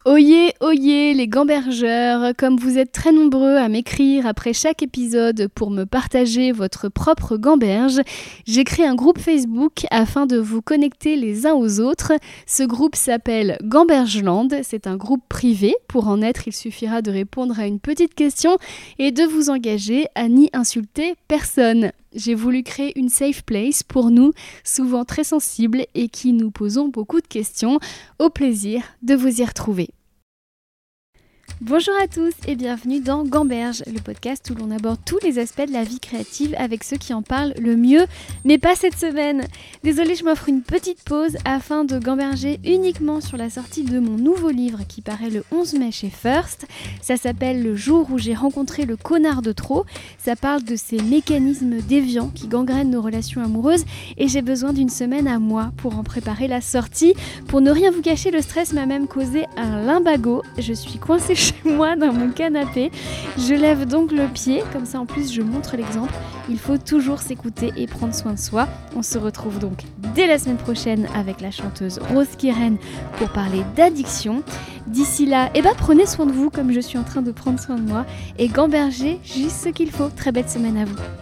Oyez, oyez les gambergeurs, comme vous êtes très nombreux à m'écrire après chaque épisode pour me partager votre propre gamberge, j'ai créé un groupe Facebook afin de vous connecter les uns aux autres. Ce groupe s'appelle Gambergeland, c'est un groupe privé. Pour en être, il suffira de répondre à une petite question et de vous engager à n'y insulter personne. J'ai voulu créer une safe place pour nous, souvent très sensibles et qui nous posons beaucoup de questions. Au plaisir de vous y retrouver. Bonjour à tous et bienvenue dans Gamberge, le podcast où l'on aborde tous les aspects de la vie créative avec ceux qui en parlent le mieux, mais pas cette semaine. Désolée, je m'offre une petite pause afin de gamberger uniquement sur la sortie de mon nouveau livre qui paraît le 11 mai chez First. Ça s'appelle Le jour où j'ai rencontré le connard de trop. Ça parle de ces mécanismes déviants qui gangrènent nos relations amoureuses et j'ai besoin d'une semaine à moi pour en préparer la sortie. Pour ne rien vous cacher, le stress m'a même causé un lumbago. Je suis coincée chez moi dans mon canapé. Je lève donc le pied, comme ça en plus je montre l'exemple. Il faut toujours s'écouter et prendre soin de soi. On se retrouve donc dès la semaine prochaine avec la chanteuse Rose Kiren pour parler d'addiction. D'ici là, prenez soin de vous comme je suis en train de prendre soin de moi et gambergez juste ce qu'il faut. Très belle semaine à vous.